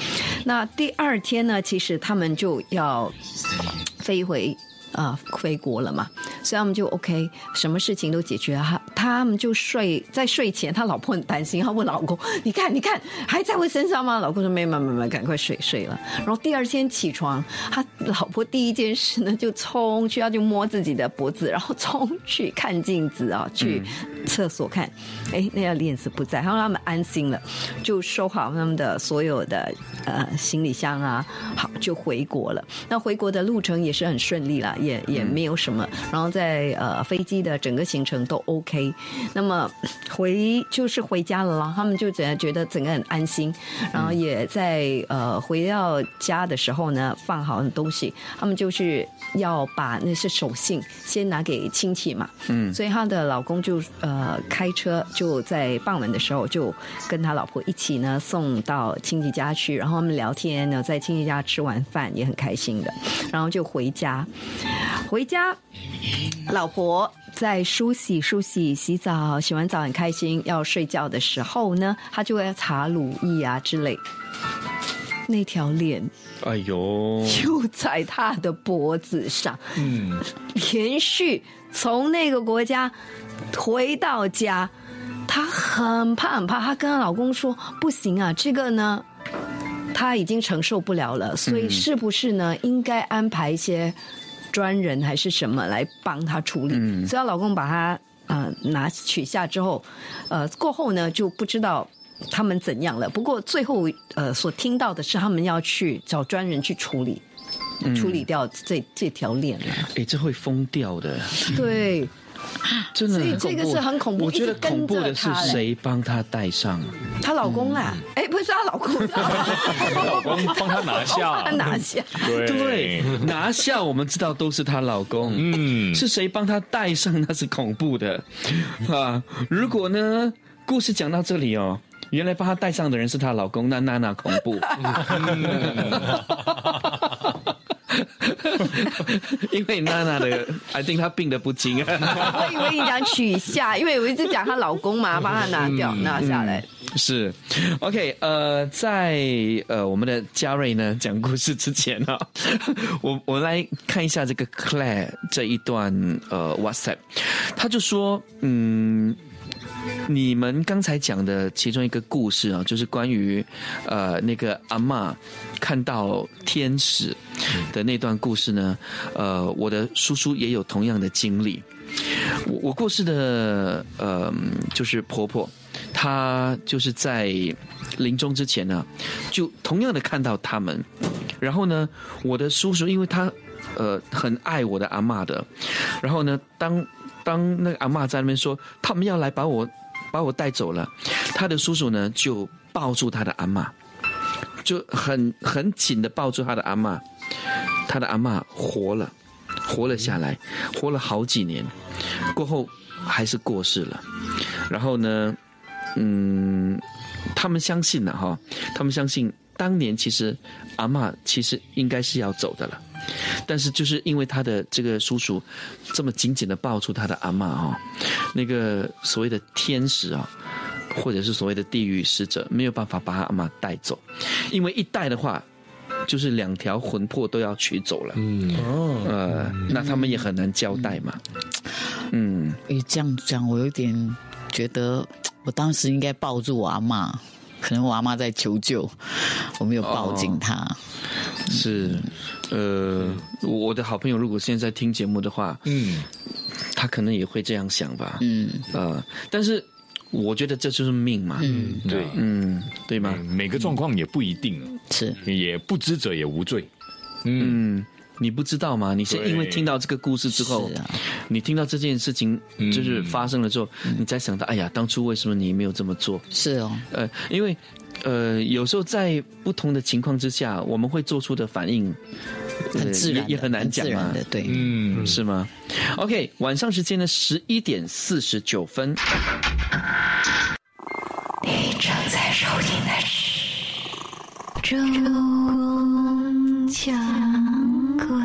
那第二天呢，其实他们就要飞回国了嘛，所以他们就 OK， 什么事情都解决了。他们就在睡前，他老婆很担心，他问老公：“你看，还在我身上吗？”老公说：“没，赶快睡了。”然后第二天起床，他老婆第一件事呢，就冲去，他就摸自己的脖子，然后冲去看镜子啊，去厕所看，那条链子不在，然后他们安心了，就收好他们的所有的行李箱啊，好就回国了。那回国的路程也是很顺利啦，也没有什么，然后在飞机的整个行程都 OK。那么就是回家了啦，他们就觉得整个很安心，然后也在回到家的时候呢，放好东西，他们就是要把那些手信先拿给亲戚嘛，所以她的老公就开车就在傍晚的时候就跟他老婆一起呢送到亲戚家去，然后他们聊天呢，在亲戚家吃完饭也很开心的，然后就回家，老婆在梳洗、洗澡，洗完澡很开心，要睡觉的时候呢，他就要擦乳液啊之类，那条链， 哎呦， 就在他的脖子上，连续从那个国家回到家，她很怕，她跟她老公说：“不行啊，这个呢，她已经承受不了了，所以是不是呢，应该安排一些专人还是什么来帮她处理？”所以她老公把她取下之后，过后呢就不知道他们怎样了。不过最后所听到的是，他们要去找专人去处理掉这条链了。 这会疯掉的。 对。 真的很恐怖， 所以这个是很恐怖。 我觉得恐怖的是谁帮她戴上？ 她老公啦，不是她老公， 老公帮她拿下， 她拿下， 对，拿下我们知道都是她老公，是谁帮她戴上那是恐怖的啊！如果呢，故事讲到这里哦，原来帮她戴上的人是她老公，那娜娜恐怖。因为娜娜的 I think 她病得不轻。 我以为你讲取下，因为我一直讲她老公嘛，帮她拿下来。 是 OK， 在我们的嘉瑞呢讲故事之前呢，我来看一下这个 Claire 这一段WhatsApp， 他就说你们刚才讲的其中一个故事啊，就是关于那个阿嬷看到天使的那段故事呢，我的叔叔也有同样的经历。我过世的就是婆婆，她就是在临终之前呢，就同样的看到他们。然后呢，我的叔叔因为他很爱我的阿嬷的，然后呢，当那个阿嬷在那边说他们要来把我带走了，他的叔叔呢就抱住他的阿嬷，就很紧的抱住他的阿嬷，他的阿嬷活了下来，活了好几年，过后还是过世了。然后呢，他们相信了他们相信当年其实阿嬷其实应该是要走的了，但是就是因为他的这个叔叔这么紧紧的抱住他的阿嬷那个所谓的天使或者是所谓的地狱使者没有办法把他阿嬷带走，因为一带的话就是2条魂魄都要取走了。那他们也很难交代嘛。 这样讲我有点觉得我当时应该抱住我阿嬷，可能我阿嬷在求救，我没有抱紧她。 是，我的好朋友如果现在听节目的话，他可能也会这样想吧。但是我觉得这就是命嘛。 对， 对吗？ 每个状况也不一定， 是， 也不知者也无罪。 你不知道吗？你是因为听到这个故事之后，你听到这件事情就是发生了之后，你才想到，哎呀，当初为什么你没有这么做？ 是哦， 因为有时候在不同的情况之下，我们会做出的反应很自然， 也很难讲嘛。 对， 是吗 ？OK， 晚上时间呢11:49。 你正在收听的是中讲鬼。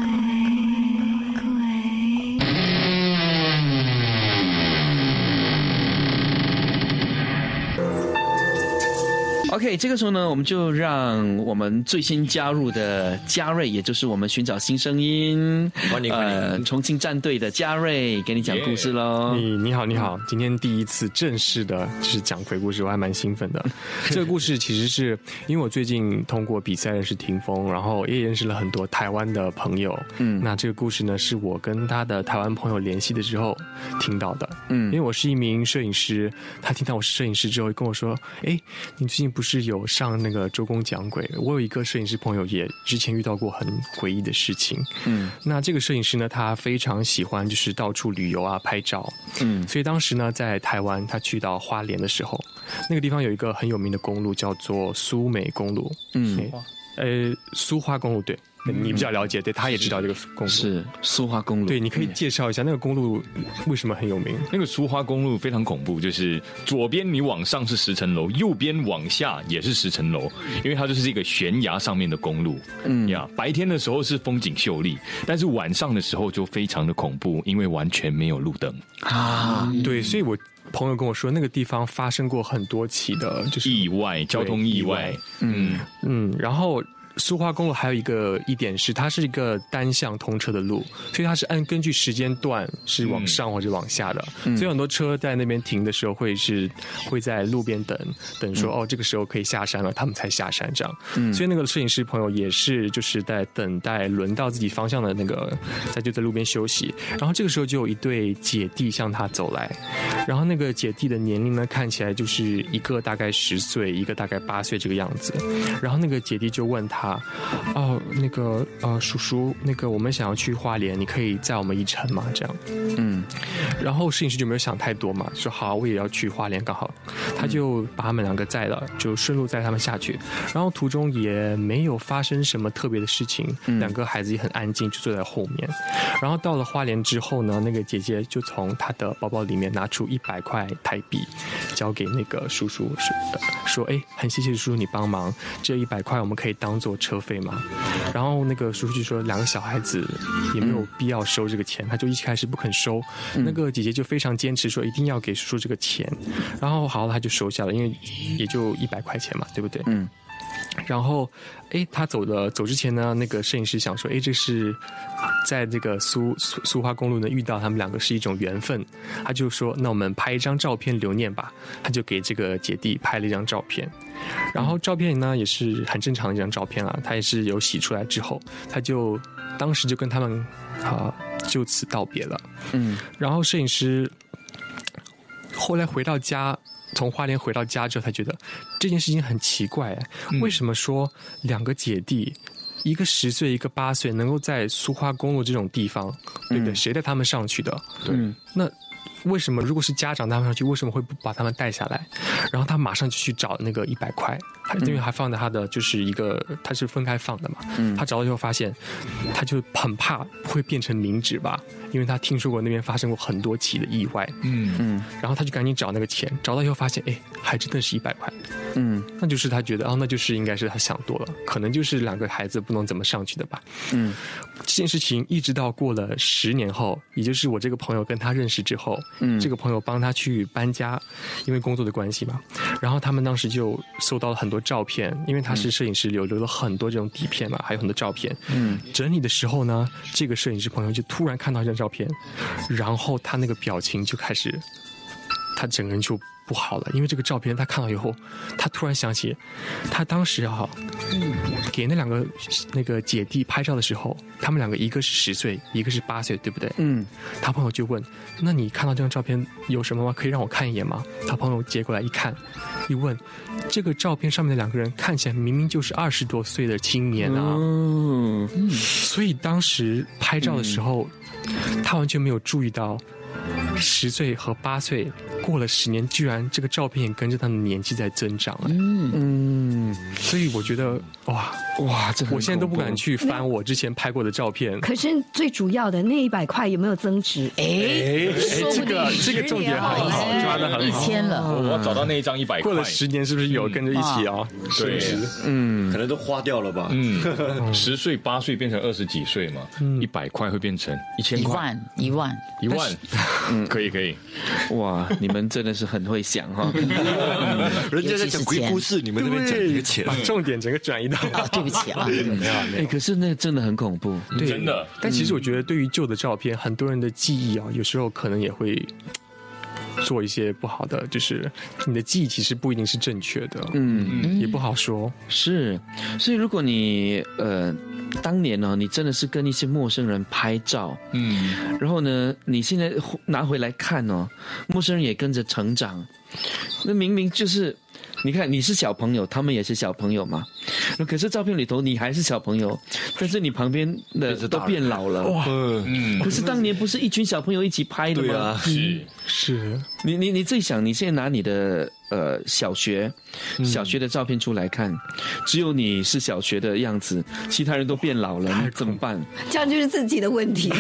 OK， 这个时候呢，我们就让我们最新加入的嘉瑞，也就是我们寻找新声音， 欢迎重庆战队的嘉瑞，给你讲故事喽。 你好，今天第一次正式的就是讲鬼故事，我还蛮兴奋的。这个故事其实是因为我最近通过比赛认识霆锋，然后也认识了很多台湾的朋友。那这个故事呢，是我跟他的台湾朋友联系的时候听到的。因为我是一名摄影师，他听到我是摄影师之后，跟我说：“哎，你最近不是有上那个周公讲鬼？我有一个摄影师朋友也之前遇到过很诡异的事情。”那这个摄影师呢，他非常喜欢就是到处旅游啊，拍照。所以当时呢，在台湾，他去到花莲的时候，那个地方有一个很有名的公路，叫做苏美公路。苏花公路，对。你比较了解，对，他也知道这个公路是苏花公路。 对，你可以介绍一下那个公路为什么很有名？ 那个苏花公路非常恐怖，就是左边你往上是10层楼，右边往下也是10层楼，因为它就是一个悬崖上面的公路。白天的时候是风景秀丽，但是晚上的时候就非常的恐怖，因为完全没有路灯啊。对，所以我朋友跟我说，那个地方发生过很多起的就是意外，交通意外。 然后苏花公路还有一点是，它是一个单向通车的路，所以它是根据时间段是往上或者往下的，所以很多车在那边停的时候会在路边等说这个时候可以下山了，他们才下山这样。所以那个摄影师朋友也是就是在等待轮到自己方向的那个，就在路边休息。然后这个时候就有一对姐弟向他走来，然后那个姐弟的年龄呢看起来就是一个大概10岁，一个大概8岁这个样子。然后那个姐弟就问他。叔叔，那个我们想要去花莲，你可以载我们一程吗？这样，然后摄影师就没有想太多嘛，说好，我也要去花莲，刚好，他就把他们2个载了，就顺路载他们下去。然后途中也没有发生什么特别的事情，2个孩子也很安静，就坐在后面。然后到了花莲之后呢，那个姐姐就从她的包包里面拿出100块台币，交给那个叔叔说：“哎，很谢谢叔叔你帮忙，这100块我们可以当做车费吗？”然后那个叔叔就说2个小孩子也没有必要收这个钱，他就一开始不肯收。那个姐姐就非常坚持说一定要给叔叔这个钱，然后好，他就收下了，因为也就100块钱嘛，对不对？然后，他走之前呢，那个摄影师想说，这是在这个苏花公路呢遇到他们2个是一种缘分，他就说，那我们拍一张照片留念吧。他就给这个姐弟拍了一张照片，然后照片呢也是很正常的一张照片啊，他也是有洗出来之后，他就当时就跟他们就此道别了。然后摄影师后来回到家。从花莲回到家之后，他觉得这件事情很奇怪，为什么说2个姐弟，一个10岁，一个8岁，能够在苏花公路这种地方，对不对？谁带他们上去的？对，那为什么如果是家长带他们上去，为什么会不把他们带下来？然后他马上就去找那个100块，因为还放在他的就是一个，他是分开放的嘛。他找到之后发现，他就很怕会变成冥纸吧，因为他听说过那边发生过很多起的意外。然后他就赶紧找那个钱，找到以后发现，还真的是100块。那就是他觉得那就是应该是他想多了，可能就是2个孩子不能怎么上去的吧。这件事情一直到过了10年后，也就是我这个朋友跟他认识之后，这个朋友帮他去搬家，因为工作的关系嘛。然后他们当时就搜到了很多照片，因为他是摄影师，留了很多这种底片嘛，还有很多照片。整理的时候呢，这个摄影师朋友就突然看到一张照片，然后他那个表情就开始，他整个人就不好了，因为这个照片他看到以后，他突然想起他当时给那个姐弟拍照的时候，他们2个一个是10岁，一个是8岁，对不对？他朋友就问，那你看到这张照片有什么吗？可以让我看一眼吗？他朋友接过来一看一问，这个照片上面的2个人看起来明明就是20多岁的青年啊。所以当时拍照的时候，他完全没有注意到10岁和8岁过了10年，居然这个照片也跟着他们的年纪在增长。 所以我觉得哇，我现在都不敢去翻我之前拍过的照片。 可是最主要的那100块有没有增值？ 这个重点很好，抓得很好。 1000了， 我要找到那一张100块。 过了10年，是不是有跟着一起啊？ 对， 可能都花掉了吧。 10岁8岁变成20几岁嘛，100块会变成1000块 1万， 可以。 哇，你们真的是很会想哈。 人家在讲鬼故事，你们这边讲一个钱， 把重点整个转移到对不起啊， 可是那真的很恐怖， 对， 真的。 但其实我觉得，对于旧的照片，很多人的记忆啊，有时候可能也会做一些不好的，就是你的记忆其实不一定是正确的，也不好说。 是，所以如果你当年呢，你真的是跟一些陌生人拍照，然后呢，你现在拿回来看哦，陌生人也跟着成长，那明明就是。你看，你是小朋友，他们也是小朋友嘛。可是照片里头你还是小朋友，但是你旁边的都变老了。哇，可是当年不是一群小朋友一起拍的吗？ 对啊， 是。 你自己想，你现在拿你的小学的照片出来看，只有你是小学的样子，其他人都变老了，怎么办？ 这样就是自己的问题。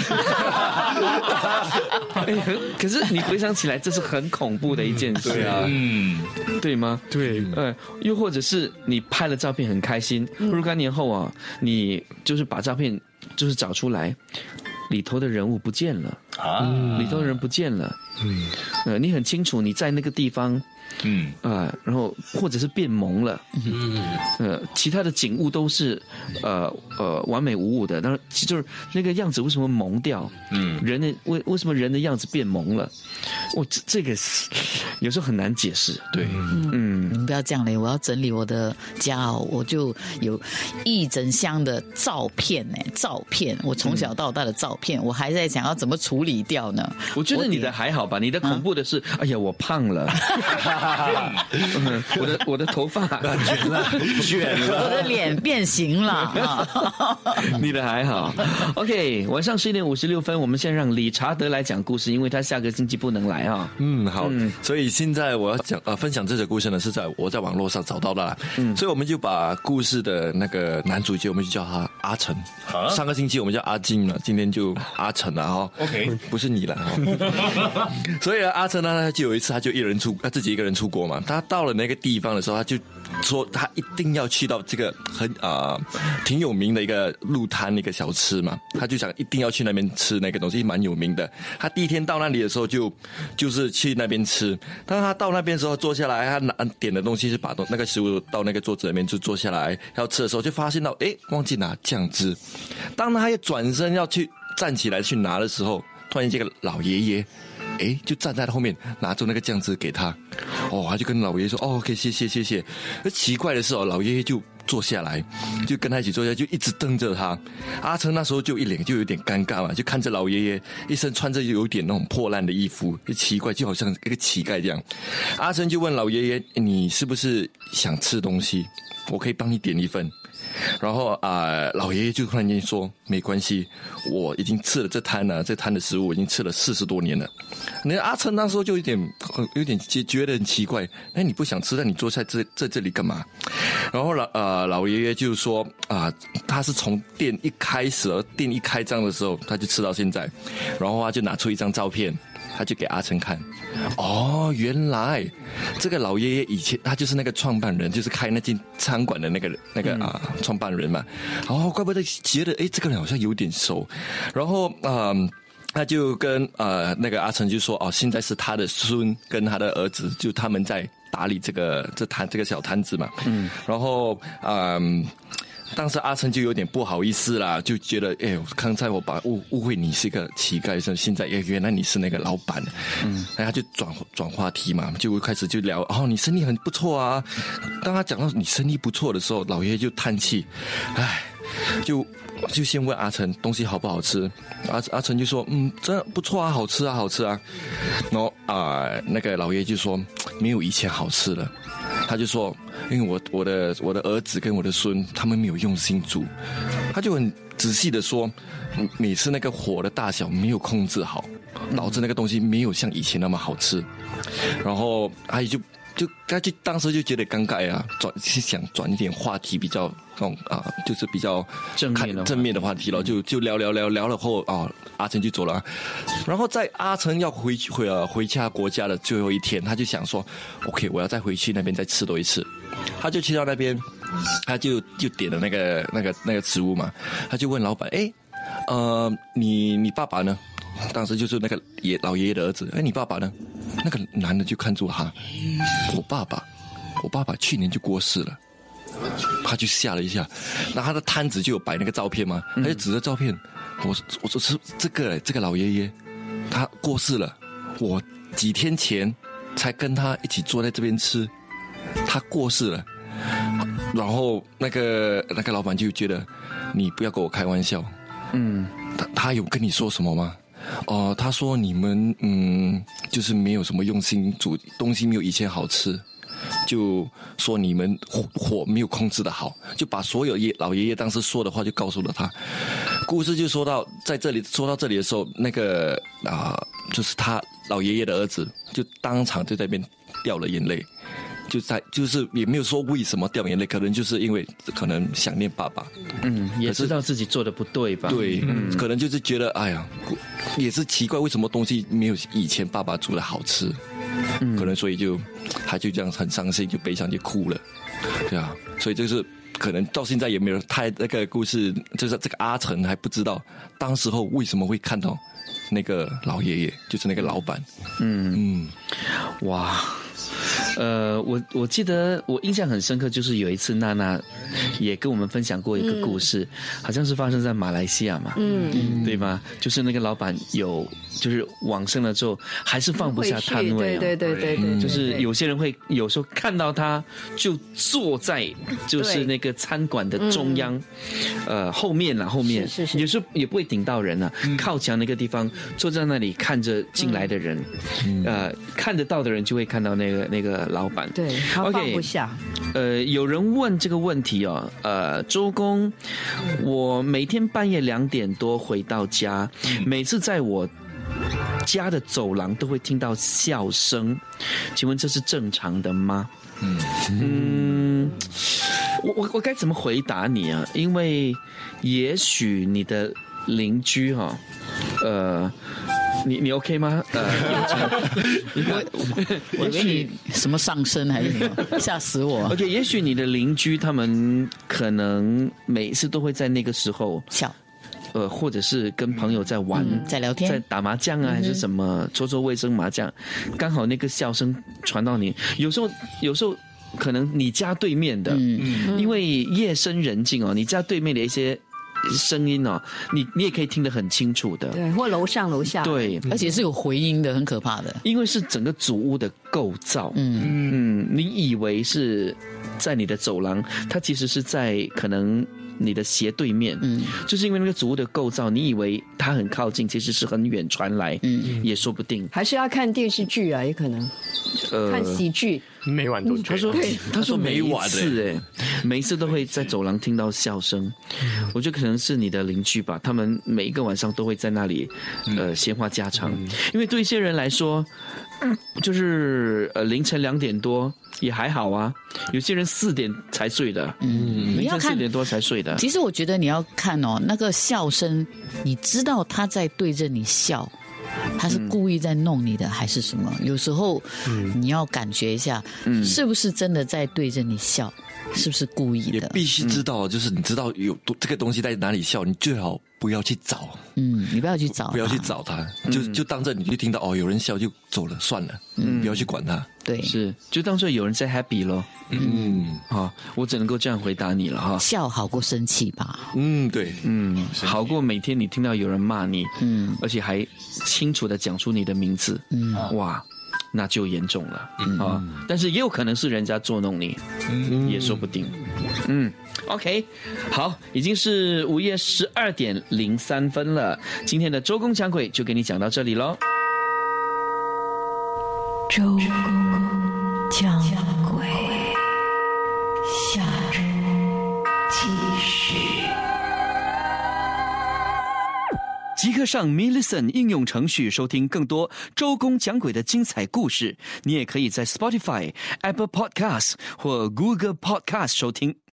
可是你回想起来，这是很恐怖的一件事啊，对吗？ 对， 又或者是你拍了照片很开心，若干年后啊，你就是把照片就是找出来，里头的人物不见了啊，里头的人不见了，你很清楚你在那个地方。然后或者是变蒙了，其他的景物都是完美无误的，但是就是那个样子为什么蒙掉？人的为什么人的样子变蒙了？这个有时候很难解释。对， 你们不要这样嘞，我要整理我的家哦，我就有一整箱的照片呢，我从小到大的照片，我还在想要怎么处理掉呢？ 我觉得你的还好吧，你的恐怖的是，哎呀，我胖了。我的头发卷了， 我的脸变形了。 你的还好。OK， 晚上11点56分，我们先让理查德来讲故事，因为他下个星期不能来啊。 好，所以现在我要分享这个故事呢，是我在网络上找到的啦。所以我们就把故事的那个男主角，我们就叫他阿成。上个星期我们叫阿金了，今天就阿成了哈。OK， 不是你了哈。所以阿成呢，他就有一次，他就自己一个人出国嘛。他到了那个地方的时候，他就说他一定要去到这个挺有名的一个路摊一个小吃嘛，他就想一定要去那边吃那个东西，蛮有名的。他第一天到那里的时候就是去那边吃，当他到那边的时候坐下来，他点的东西是把那个食物到那个桌子里面就坐下来要吃的时候，就发现到忘记拿酱汁。当他要转身要去站起来去拿的时候，突然这个老爷爷就站在他后面拿出那个酱汁给他，他就跟老爷爷说OK 谢谢。而奇怪的是老爷爷就坐下来，就跟他一起坐下来，就一直瞪着他。阿成那时候就一脸就有点尴尬嘛，就看着老爷爷一身穿着有点那种破烂的衣服，就奇怪，就好像一个乞丐这样。阿成就问老爷爷，你是不是想吃东西？我可以帮你点一份。然后老爷爷就突然间说没关系，我已经吃了这摊的食物我已经吃了40多年了。那阿成那时候就有点觉得很奇怪，你不想吃，那你坐在这里干嘛？然后老爷爷就说他是从店一开张的时候他就吃到现在，然后他就拿出一张照片，他就给阿成看，原来这个老爷爷以前他就是那个创办人，就是开那间餐馆的那个创办人嘛。怪不得觉得这个人好像有点熟。然后他就跟那个阿成就说现在是他的孙跟他的儿子，就他们在打理这个小摊子嘛。然后当时阿成就有点不好意思啦，就觉得刚才我误会你是一个乞丐，现在原来你是那个老板。然后他就转话题嘛，就开始就聊你生意很不错啊。当他讲到你生意不错的时候，老爷爷就叹气，就先问阿成东西好不好吃。阿成就说这不错啊，好吃啊。然后那个老爷就说没有以前好吃了。他就说因为我的儿子跟我的孙他们没有用心煮。他就很仔细的说每次那个火的大小没有控制好，导致那个东西没有像以前那么好吃。然后他就他就当时就觉得尴尬啊，想转一点话题比较就是比较正面的话题了，就聊了后阿成就走了。然后在阿成要回去他国家的最后一天，他就想说 ，OK， 我要再回去那边再吃多一次。他就去到那边，他就点了那个食物嘛，他就问老板，你爸爸呢？当时就是那个老爷爷的儿子，你爸爸呢？那个男的就看住他，我爸爸去年就过世了，他就吓了一下。那他的摊子就有摆那个照片嘛，他就指着照片，我说是这个老爷爷，他过世了，我几天前才跟他一起坐在这边吃，他过世了。然后那个老板就觉得你不要跟我开玩笑，他有跟你说什么吗？他说你们就是没有什么用心煮东西，没有以前好吃，就说你们火没有控制的好，就把所有老爷爷当时说的话就告诉了他。故事就说到这里的时候，那个就是他老爷爷的儿子就当场就在那边掉了眼泪。就是也没有说为什么掉眼泪，可能就是因为可能想念爸爸， 也知道自己做的不对吧？ 对，可能就是觉得哎呀，也是奇怪为什么东西没有以前爸爸煮的好吃，可能所以他就这样很伤心，就悲伤就哭了，对啊，所以就是可能到现在也没有太那个故事，就是这个阿成还不知道当时候为什么会看到那个老爷爷，就是那个老板， 哇。我记得我印象很深刻，就是有一次娜娜也跟我们分享过一个故事，好像是发生在马来西亚嘛，对吗？就是那个老板就是往生了之后，还是放不下摊位， 对， 就是有些人会有时候看到他就坐在就是那个餐馆的中央，后面是有时候也不会顶到人啊，靠墙那个地方坐在那里看着进来的人，看得到的人就会看到那个老板， 对，他放不下。 有人问这个问题周公，我每天半夜2点多回到家，每次在我家的走廊都会听到笑声，请问这是正常的吗？我该怎么回答你啊？因为也许你的邻居你 OK 吗？ 我以为你什么上身还是什么，吓死我。 OK， 也许你的邻居他们可能每次都会在那个时候笑， 或者是跟朋友在玩， 在聊天， 在打麻将啊，还是什么搓卫生麻将，刚好那个笑声传到你。有时候可能你家对面的，因为夜深人静你家对面的一些声音你也可以听得很清楚的， 对，或楼上楼下， 对， 而且是有回音的，很可怕的， 因为是整个主屋的构造，你以为是在你的走廊，它其实是在可能你的斜对面，就是因为那个主屋的构造，你以为它很靠近，其实是很远传来，也说不定。 还是要看电视剧啊，也可能，看喜剧。 每晚都追。 他说每一次每一次都会在走廊听到笑声，我觉得可能是你的邻居吧，他们每一个晚上都会在那里闲话家常，因为对一些人来说，就是凌晨2点多也还好啊，有些人4点才睡的，凌晨4点多才睡的。 其实我觉得你要看那个笑声，你知道他在对着你笑。他是故意在弄你的还是什么？有时候你要感觉一下，是不是真的在对着你笑，是不是故意的？ 也必须知道，就是你知道有这个东西在哪里笑，你最好不要去找。 你不要去找， 不要去找他，就当着你就听到有人笑就走了，算了，不要去管他。 对， 是就当作有人在 happy 咯。我只能够这样回答你了哈。 笑好过生气吧？ 对， 好过每天你听到有人骂你，而且还清楚的讲出你的名字，哇，那就严重了但是也有可能是人家捉弄你，也说不定。OK， 好，已经是午夜12点03分了。今天的周公讲鬼就给你讲到这里咯。 周公讲鬼，下周继续。 即刻上 MeListen 应用程序收听更多周公讲鬼的精彩故事。你也可以在 Spotify、Apple Podcasts 或 Google Podcast 收听。